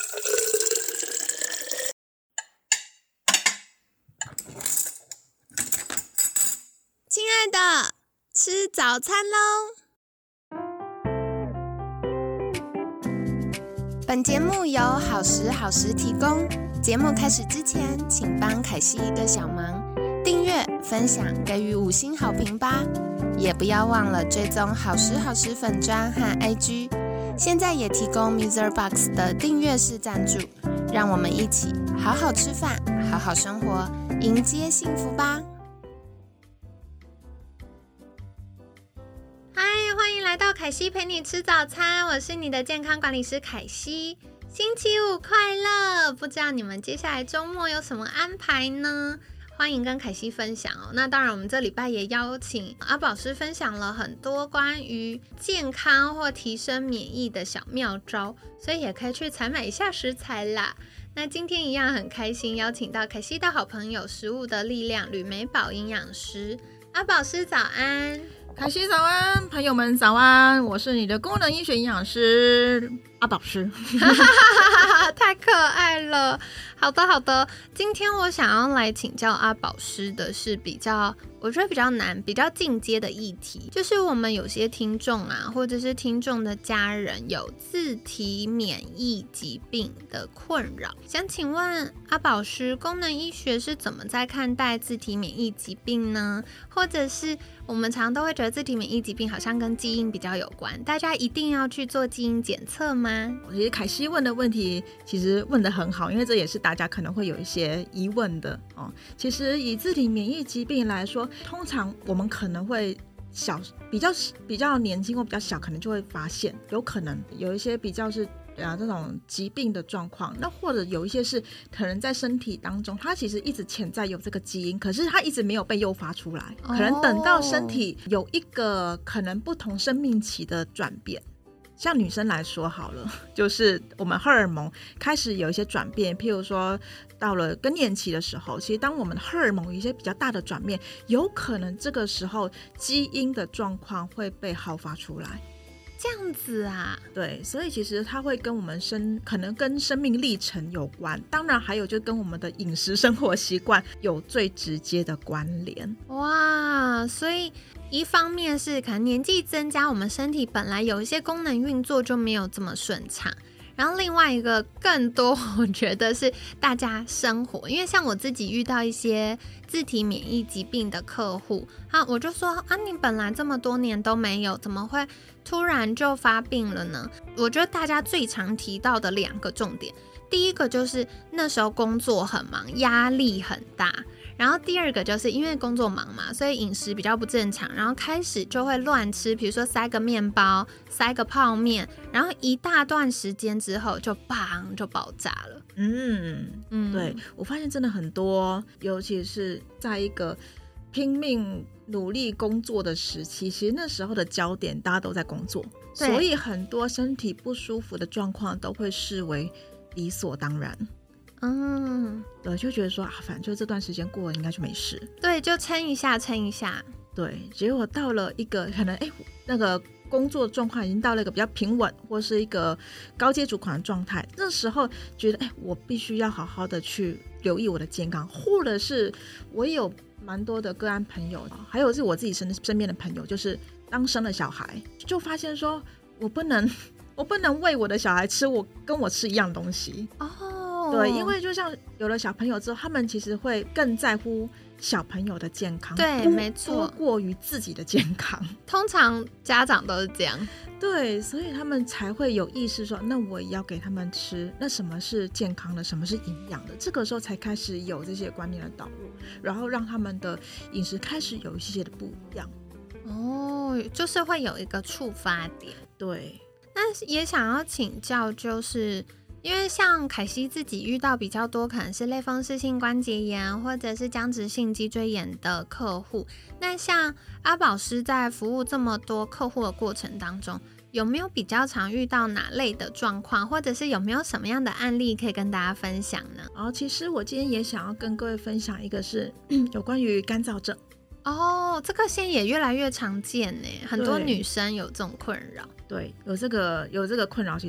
亲爱的，吃早餐喽！本节目由好时好时提供。节目开始之前，请帮凯西一个小忙，订阅、分享、给予5星好评吧！也不要忘了追踪好时好时粉专和 IG。现在也提供 MixerBox 的订阅式赞助，让我们一起好好吃饭，好好生活，迎接幸福吧！嗨，欢迎来到凯西陪你吃早餐，我是你的健康管理师凯西。星期五快乐！不知道你们接下来周末有什么安排呢？欢迎跟凯西分享哦。那当然，我们这礼拜也邀请阿宝师分享了很多关于健康或提升免疫的小妙招，所以也可以去采买一下食材啦。那今天一样很开心，邀请到凯西的好朋友食物的力量吕美宝营养师阿宝师，早安！ 凯西早安，朋友们早安，我是你的功能医学营养师阿宝师。 太可爱了。好的，今天我想要来请教阿宝师的是我觉得比较难、比较进阶的议题，就是我们有些听众啊，或者是听众的家人有自体免疫疾病的困扰，想请问阿宝师，功能医学是怎么在看待自体免疫疾病呢？或者是我们常都会觉得自体免疫疾病好像跟基因比较有关，大家一定要去做基因检测吗？ 其实凯西问的问题其实问得很好，因为这也是大家可能会有一些疑问的哦。其实以自体免疫疾病来说，通常我们可能会比较年轻或比较小，可能就会发现有可能有一些比较是这种疾病的状况，那或者有一些是可能在身体当中它其实一直潜在有这个基因，可是它一直没有被诱发出来，可能等到身体有一个可能不同生命期的转变。像女生来说好了，就是我们荷尔蒙开始有一些转变，譬如说到了更年期的时候，其实当我们荷尔蒙有一些比较大的转变，有可能这个时候基因的状况会被好发出来。 这样子啊？ 对，所以其实它会跟我们可能跟生命历程有关，当然还有就跟我们的饮食生活习惯有最直接的关联。 哇，所以一方面是可能年纪增加，我们身体本来有一些功能运作就没有这么顺畅，然后另外一个更多我觉得是大家生活，因为像我自己遇到一些自体免疫疾病的客户我就说你本来这么多年都没有，怎么会突然就发病了呢？我觉得大家最常提到的2个重点，第一个就是那时候工作很忙，压力很大，然后第二个就是因为工作忙嘛，所以饮食比较不正常，然后开始就会乱吃，比如说塞个面包，塞个泡面，然后一大段时间之后就砰就爆炸了。 对，我发现真的很多，尤其是在一个拼命努力工作的时期，其实那时候的焦点大家都在工作，所以很多身体不舒服的状况都会视为理所当然。对，就觉得说反正就这段时间过了应该就没事， 对，就撑一下。 对，结果到了一个可能那个工作状况已经到了一个比较平稳或是一个高阶主管的状态，那时候觉得我必须要好好的去留意我的健康，或者是我有蛮多的个案朋友，还有是我自己身边的朋友，就是当生了小孩就发现说我不能喂我的小孩吃跟我吃一样东西对，因为就像有了小朋友之后，他们其实会更在乎小朋友的健康， 对，没错， 多过于自己的健康。 通常家长都是这样， 对，所以他们才会有意识说，那我也要给他们吃。那什么是健康的，什么是营养的？这个时候才开始有这些观念的导入，然后让他们的饮食开始有一些的不一样。 就是会有一个触发点。 对， 那也想要请教，就是因为像凯西自己遇到比较多可能是类风湿性关节炎或者是僵直性脊椎炎的客户，那像阿宝师在服务这么多客户的过程当中，有没有比较常遇到哪类的状况，或者是有没有什么样的案例可以跟大家分享呢？ 其实我今天也想要跟各位分享一个是有关于干燥症。 这个现在也越来越常见呢，很多女生有这种困扰。 对，有这个困扰，其实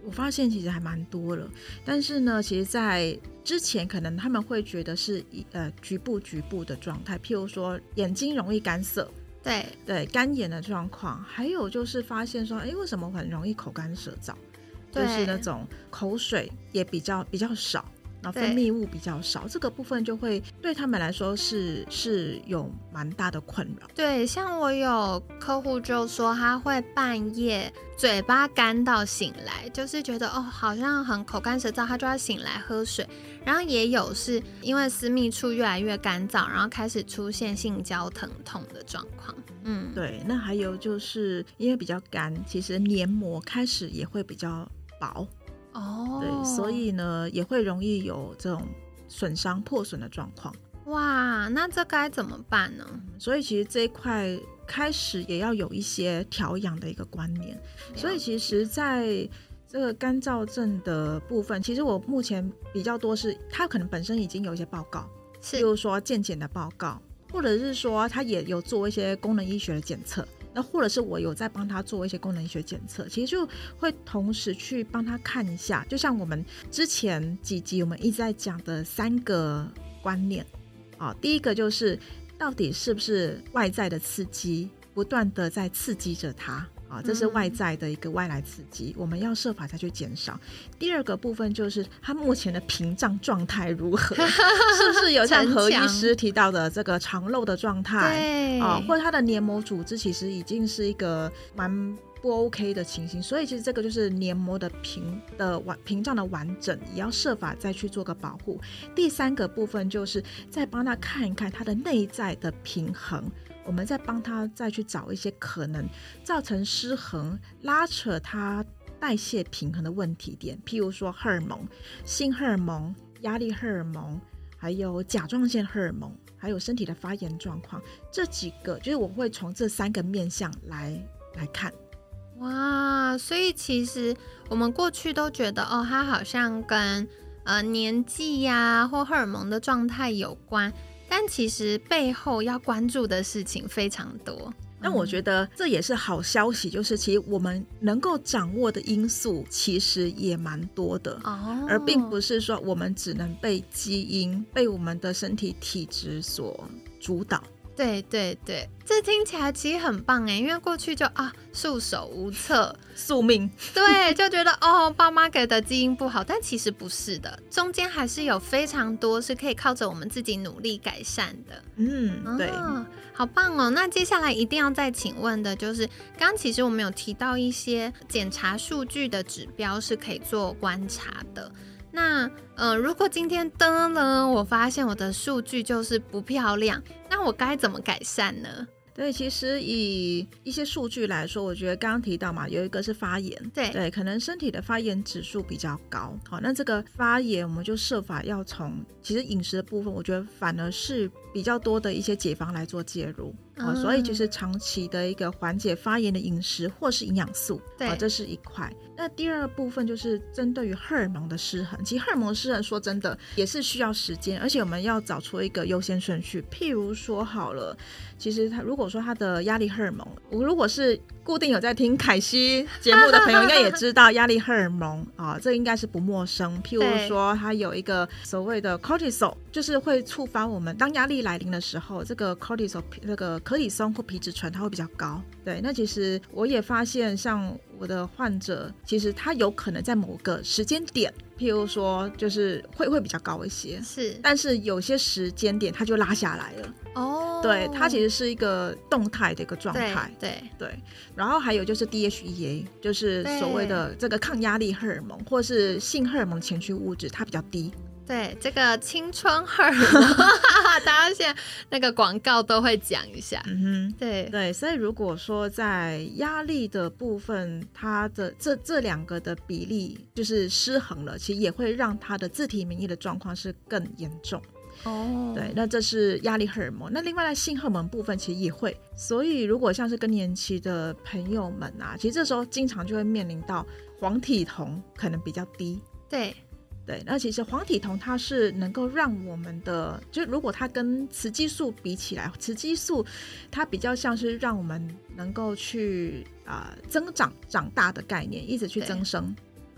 我发现其实还蛮多了，但是呢，其实在之前可能他们会觉得是局部的状态，譬如说眼睛容易干涩，对干眼的状况，还有就是发现说，为什么很容易口干舌燥，就是那种口水也比较少，然后分泌物比较少，这个部分就会对他们来说是有蛮大的困扰。 对，像我有客户就说他会半夜嘴巴干到醒来，就是觉得好像很口干舌燥，他就要醒来喝水。然后也有是因为私密处越来越干燥，然后开始出现性交疼痛的状况。 对，那还有就是因为比较干，其实黏膜开始也会比较薄。对，所以呢也会容易有这种损伤破损的状况。 哇，那这该怎么办呢？ 所以其实这一块开始也要有一些调养的一个观念。所以其实在这个干燥症的部分，其实我目前比较多是他可能本身已经有一些报告，比如说健检的报告，或者是说他也有做一些功能医学的检测，那或者是我有在帮他做一些功能医学检测，其实就会同时去帮他看一下，就像我们之前几集我们一直在讲的3个观念第一个就是到底是不是外在的刺激不断的在刺激着他这是外在的一个外来刺激，我们要设法再去减少。第二个部分就是他目前的屏障状态如何是不是有像何医师提到的这个肠漏的状态或者他的黏膜组织其实已经是一个蛮不 OK 的情形，所以其实这个就是黏膜的屏障的完整，也要设法再去做个保护。第三个部分就是再帮他看一看他的内在的平衡，我们再帮他再去找一些可能造成失衡拉扯他代谢平衡的问题点，譬如说荷尔蒙、性荷尔蒙、压力荷尔蒙，还有甲状腺荷尔蒙，还有身体的发炎状况，这几个就是我会从这3个面向来看。 哇，所以其实我们过去都觉得它好像跟年纪呀或荷尔蒙的状态有关，但其实背后要关注的事情非常多。 但我觉得这也是好消息，就是其实我们能够掌握的因素其实也蛮多的而并不是说我们只能被基因被我们的身体体质所主导。 对对对，这听起来其实很棒耶，因为过去就束手无策宿命， 对，就觉得爸妈给的基因不好，但其实不是的，中间还是有非常多是可以靠着我们自己努力改善的。 对， 好棒哦。那接下来一定要再请问的就是，刚刚其实我们有提到一些检查数据的指标是可以做观察的，那如果今天我发现我的数据就是不漂亮，那我该怎么改善呢？ 对，其实以一些数据来说，我觉得刚刚提到嘛，有一个是发炎，对，可能身体的发炎指数比较高。那这个发炎我们就设法要从其实饮食的部分，我觉得反而是比较多的一些解方来做介入。所以就是长期的一个缓解发炎的饮食或是营养素，这是一块。那第二部分就是针对于荷尔蒙的失衡，其实荷尔蒙的失衡说真的也是需要时间，而且我们要找出一个优先顺序。譬如说好了，其实如果说他的压力荷尔蒙，我如果是固定有在听凯西节目的朋友应该也知道压力荷尔蒙这应该是不陌生。譬如说它有一个所谓的 cortisol， 就是会触发我们当压力来临的时候，这个 cortisol 这个可里松或皮质醇它会比较高。对，那其实我也发现像我的患者，其实他有可能在某个时间点，譬如说就是会比较高一些，但是有些时间点它就拉下来了。对，它其实是一个动态的一个状态。对，然后还有就是 DHEA， 就是所谓的这个抗压力荷尔蒙或是性荷尔蒙前驱物质，它比较低。 对，这个青春荷尔蒙大家现在那个广告都会讲一下。对， 所以如果说在压力的部分，它的这2个的比例就是失衡了，其实也会让它的自体免疫的状况是更严重。对，那这是压力荷尔蒙。那另外的性荷尔蒙部分其实也会，所以如果像是更年期的朋友们其实这时候经常就会面临到黄体酮可能比较低。对，那其实黄体酮它是能够让我们的，就如果它跟雌激素比起来，雌激素它比较像是让我们能够去增长长大的概念，一直去增生。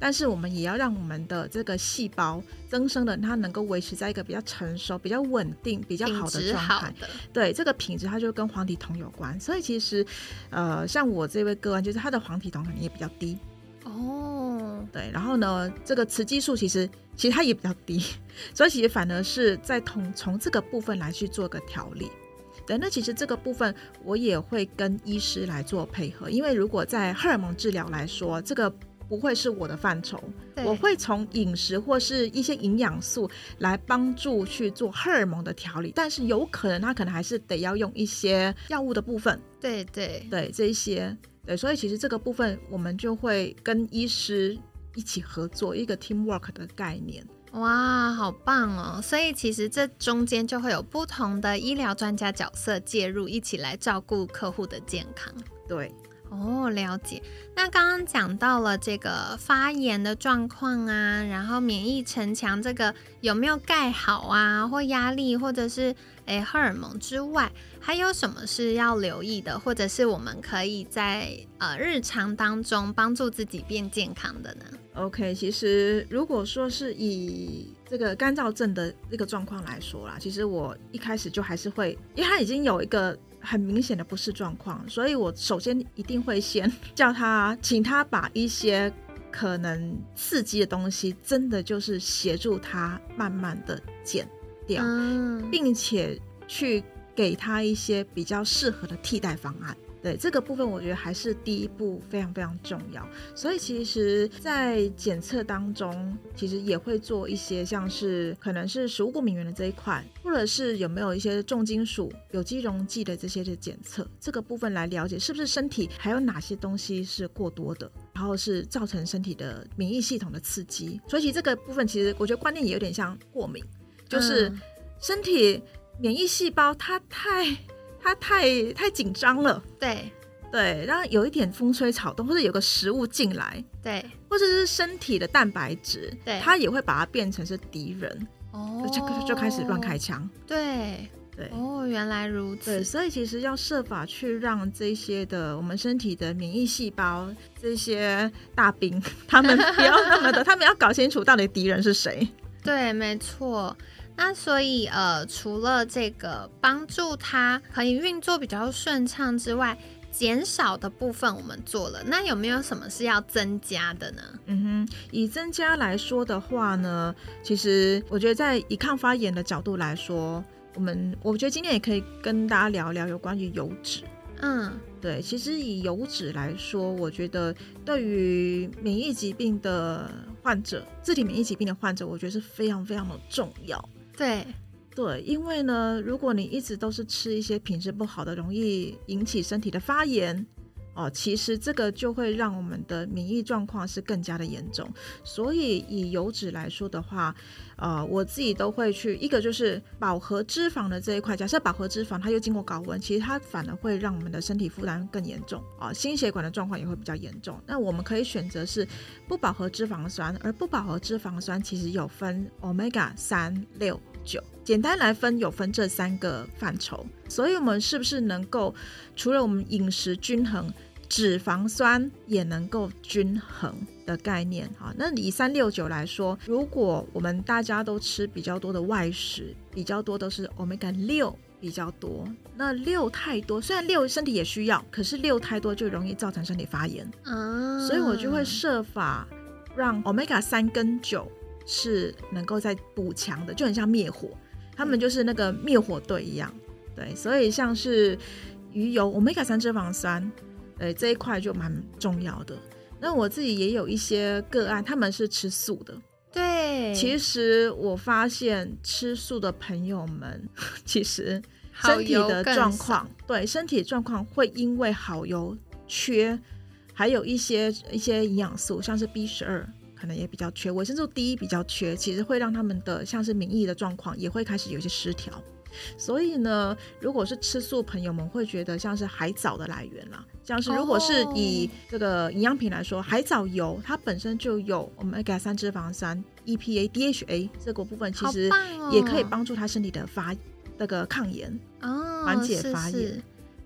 但是我们也要让我们的这个细胞增生的它能够维持在一个比较成熟、比较稳定、比较好的状态。对，这个品质它就跟黄体酮有关。所以其实像我这位个案，就是他的黄体酮可能也比较低哦。对，然后呢，这个雌激素其实它也比较低，所以其实反而是在从这个部分来去做个调理。对，那其实这个部分我也会跟医师来做配合，因为如果在荷尔蒙治疗来说，这个不会是我的范畴，我会从饮食或是一些营养素来帮助去做荷尔蒙的调理，但是有可能他可能还是得要用一些药物的部分，对这一些，对，所以其实这个部分我们就会跟医师一起合作，一个 teamwork 的概念。 哇，好棒哦！所以其实这中间就会有不同的医疗专家角色介入，一起来照顾客户的健康。 对， 哦，了解。那刚刚讲到了这个发炎的状况啊，然后免疫城墙这个有没有盖好啊，或压力，或者是荷尔蒙之外，还有什么是要留意的，或者是我们可以在日常当中帮助自己变健康的呢？ OK， 其实如果说是以这个干燥症的这个状况来说啦，其实我一开始就还是会，因为他已经有一个很明显的不适状况，所以我首先一定会先请他把一些可能刺激的东西真的就是协助他慢慢的减掉，并且去给他一些比较适合的替代方案。对，这个部分我觉得还是第一步非常非常重要。所以其实在检测当中其实也会做一些像是可能是食物过敏原的这一块，或者是有没有一些重金属、有机溶剂的这些的检测，这个部分来了解是不是身体还有哪些东西是过多的，然后是造成身体的免疫系统的刺激。所以其实这个部分其实我觉得观念也有点像过敏，就是身体免疫细胞它太紧张了，对，然后有一点风吹草动，或者有个食物进来， 对， 或者是身体的蛋白质，对，它也会把它变成是敌人，就开始乱开枪， 对，哦，原来如此。 对，所以其实要设法去让这些的我们身体的免疫细胞这些大兵，他们不要那么的，他们要搞清楚到底敌人是谁。 对，没错。那所以除了这个帮助它可以运作比较顺畅之外，减少的部分我们做了，那有没有什么是要增加的呢？ 以增加来说的话呢，其实我觉得在以抗发炎的角度来说，我觉得今天也可以跟大家聊聊有关于油脂。对，其实以油脂来说，我觉得对于免疫疾病的患者，自体免疫疾病的患者，我觉得是非常非常的重要。对，因为呢，如果你一直都是吃一些品质不好的，容易引起身体的发炎其实这个就会让我们的免疫状况是更加的严重。所以以油脂来说的话，我自己都会去一个就是饱和脂肪的这一块，假设饱和脂肪它又经过高温，其实它反而会让我们的身体负担更严重心血管的状况也会比较严重。那我们可以选择是不饱和脂肪酸，而不饱和脂肪酸其实有分 Omega 3、6、9，简单来分有分这3个范畴。所以我们是不是能够除了我们饮食均衡，脂肪酸也能够均衡的概念。那以3、6、9来说，如果我们大家都吃比较多的外食，比较多都是 Omega 6比较多，那6太多，虽然6身体也需要，可是6太多就容易造成身体发炎所以我就会设法让 Omega 3跟9是能够再补强的，就很像灭火，他们就是那个灭火队一样。对，所以像是鱼油 Omega 3脂肪酸这一块就蛮重要的。那我自己也有一些个案，他们是吃素的。 对， 其实我发现吃素的朋友们其实身体的状况，对，身体状况会因为好油缺，还有一些营养素，像是 B12可能也比较缺，维生素 D 比较缺，其实会让他们的像是免疫的状况也会开始有一些失调。所以呢，如果是吃素朋友们会觉得像是海藻的来源啦，像是如果是以这个营养品来说，海藻油它本身就有 Omega 3脂肪酸 EPA DHA 这个部分，其实也可以帮助他身体的那个抗炎缓解发炎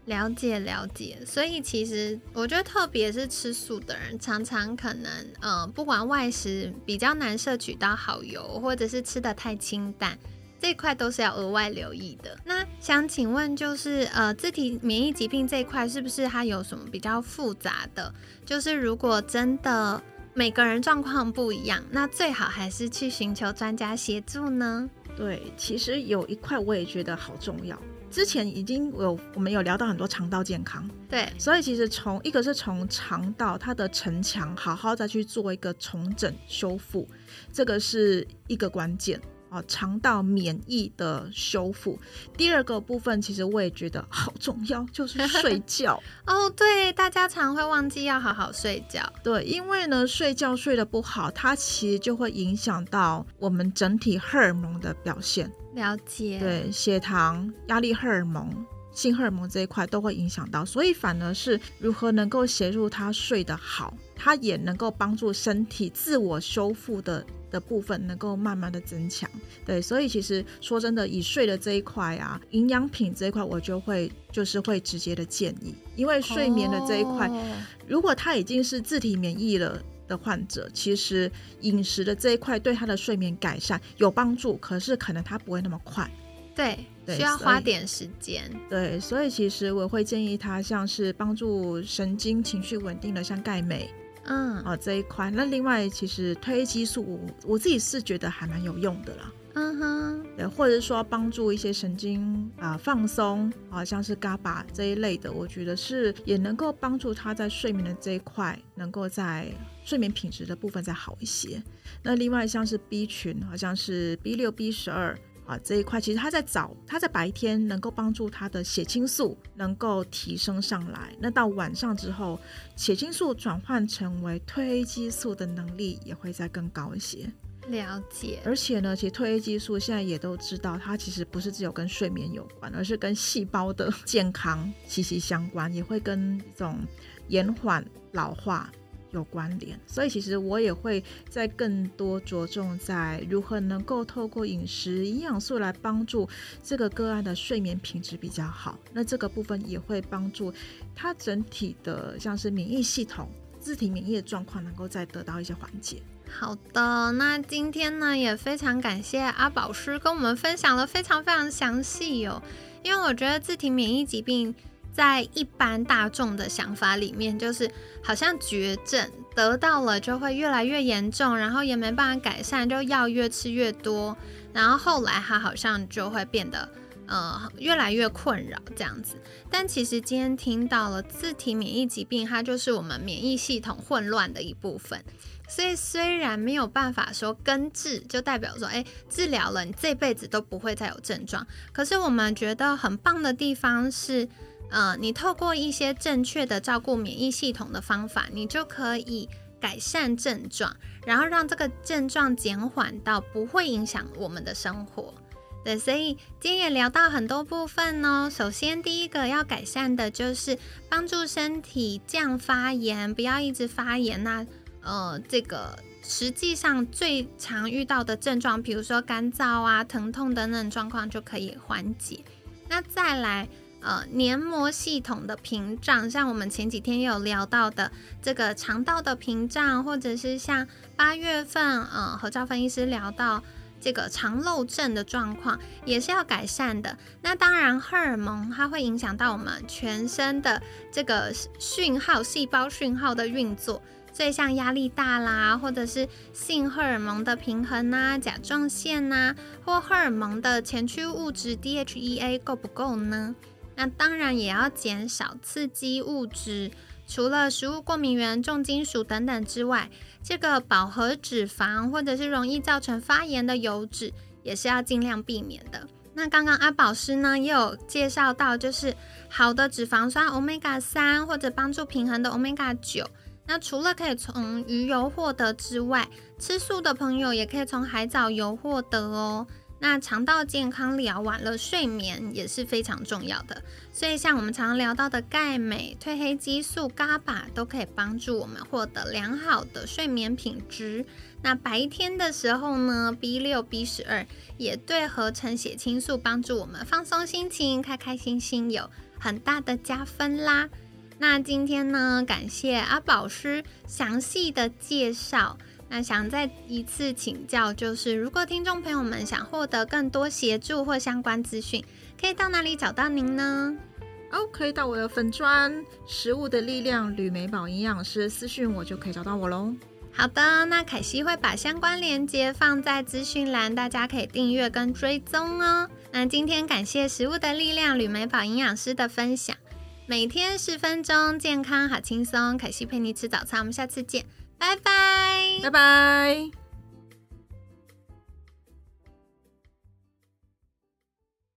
了解了解，所以其实我觉得，特别是吃素的人，常常可能不管外食比较难摄取到好油，或者是吃得太清淡，这一块都是要额外留意的。那想请问，就是自体免疫疾病这一块，是不是它有什么比较复杂的？就是如果真的每个人状况不一样，那最好还是去寻求专家协助呢？ 对，其实有一块我也觉得好重要。之前我们有聊到很多肠道健康， 对， 所以其实一个是从肠道它的城墙好好再去做一个重整修复，这个是一个关键。肠道免疫的修复。第二个部分其实我也觉得好重要，就是睡觉哦，对，大家常会忘记要好好睡觉。 对，因为呢睡觉睡得不好，它其实就会影响到我们整体荷尔蒙的表现。 了解。 对，血糖、压力荷尔蒙、性荷尔蒙这一块都会影响到，所以反而是如何能够协助他睡得好，它也能够帮助身体自我修复的部分能够慢慢的增强。对，所以其实说真的，以睡的这一块啊，营养品这一块我就是会直接的建议，因为睡眠的这一块，如果他已经是自体免疫了的患者，其实饮食的这一块对他的睡眠改善有帮助，可是可能他不会那么快。 对，需要花点时间。 对，所以其实我会建议他像是帮助神经情绪稳定的，像钙镁这一块。那另外其实褪黑激素我自己是觉得还蛮有用的啦。对，或者是说帮助一些神经放松像是 GABA 这一类的，我觉得是也能够帮助他在睡眠的这一块能够在睡眠品质的部分再好一些。那另外像是 B 群，好像是 B6、B12这一块，其实他在白天能够帮助他的血清素能够提升上来，那到晚上之后，血清素转换成为褪黑激素的能力也会再更高一些。 了解。 而且呢，其实褪黑激素现在也都知道，它其实不是只有跟睡眠有关，而是跟细胞的健康息息相关，也会跟这种延缓老化有关联。所以其实我也会在更多着重在如何能够透过饮食营养素来帮助这个个案的睡眠品质比较好，那这个部分也会帮助他整体的像是免疫系统自体免疫的状况能够再得到一些缓解。 好的，那今天呢也非常感谢阿宝师跟我们分享了非常非常详细因为我觉得自体免疫疾病在一般大众的想法里面，就是好像绝症，得到了就会越来越严重，然后也没办法改善，就药越吃越多，然后后来它好像就会变得越来越困扰这样子。但其实今天听到了自体免疫疾病，它就是我们免疫系统混乱的一部分。所以虽然没有办法说根治，就代表说治疗了你这辈子都不会再有症状，可是我们觉得很棒的地方是你透过一些正确的照顾免疫系统的方法，你就可以改善症状，然后让这个症状减缓到不会影响我们的生活。对，所以今天也聊到很多部分首先第一个要改善的就是帮助身体降发炎，不要一直发炎。那这个实际上最常遇到的症状，比如说干燥疼痛等等状况就可以缓解。那再来黏膜系统的屏障，像我们前几天也有聊到的这个肠道的屏障，或者是像8月份何兆芬医师聊到这个肠漏症的状况，也是要改善的。那当然荷尔蒙它会影响到我们全身的这个讯号，细胞讯号的运作，所以像压力大啦，或者是性荷尔蒙的平衡甲状腺或荷尔蒙的前驱物质 DHEA 够不够呢？那当然也要减少刺激物质，除了食物过敏原、重金属等等之外，这个饱和脂肪或者是容易造成发炎的油脂也是要尽量避免的。那刚刚阿宝师呢也有介绍到，就是好的脂肪酸 Omega-3 或者帮助平衡的 Omega-9， 那除了可以从鱼油获得之外，吃素的朋友也可以从海藻油获得那肠道健康聊完了，睡眠也是非常重要的，所以像我们常聊到的钙镁、褪黑激素、GABA 都可以帮助我们获得良好的睡眠品质。那白天的时候呢 B6、B12 也对合成血清素，帮助我们放松心情，开开心心，有很大的加分啦。那今天呢，感谢阿宝师详细的介绍。那想再一次请教，就是如果听众朋友们想获得更多协助或相关资讯，可以到哪里找到您呢？ 可以到我的粉专食物的力量吕美宝营养师私讯我，就可以找到我咯。 好的，那凯西会把相关连结放在资讯栏，大家可以订阅跟追踪哦。那今天感谢食物的力量吕美宝营养师的分享，每天10分钟，健康好轻松。凯西陪你吃早餐，我们下次见，拜拜， 拜拜。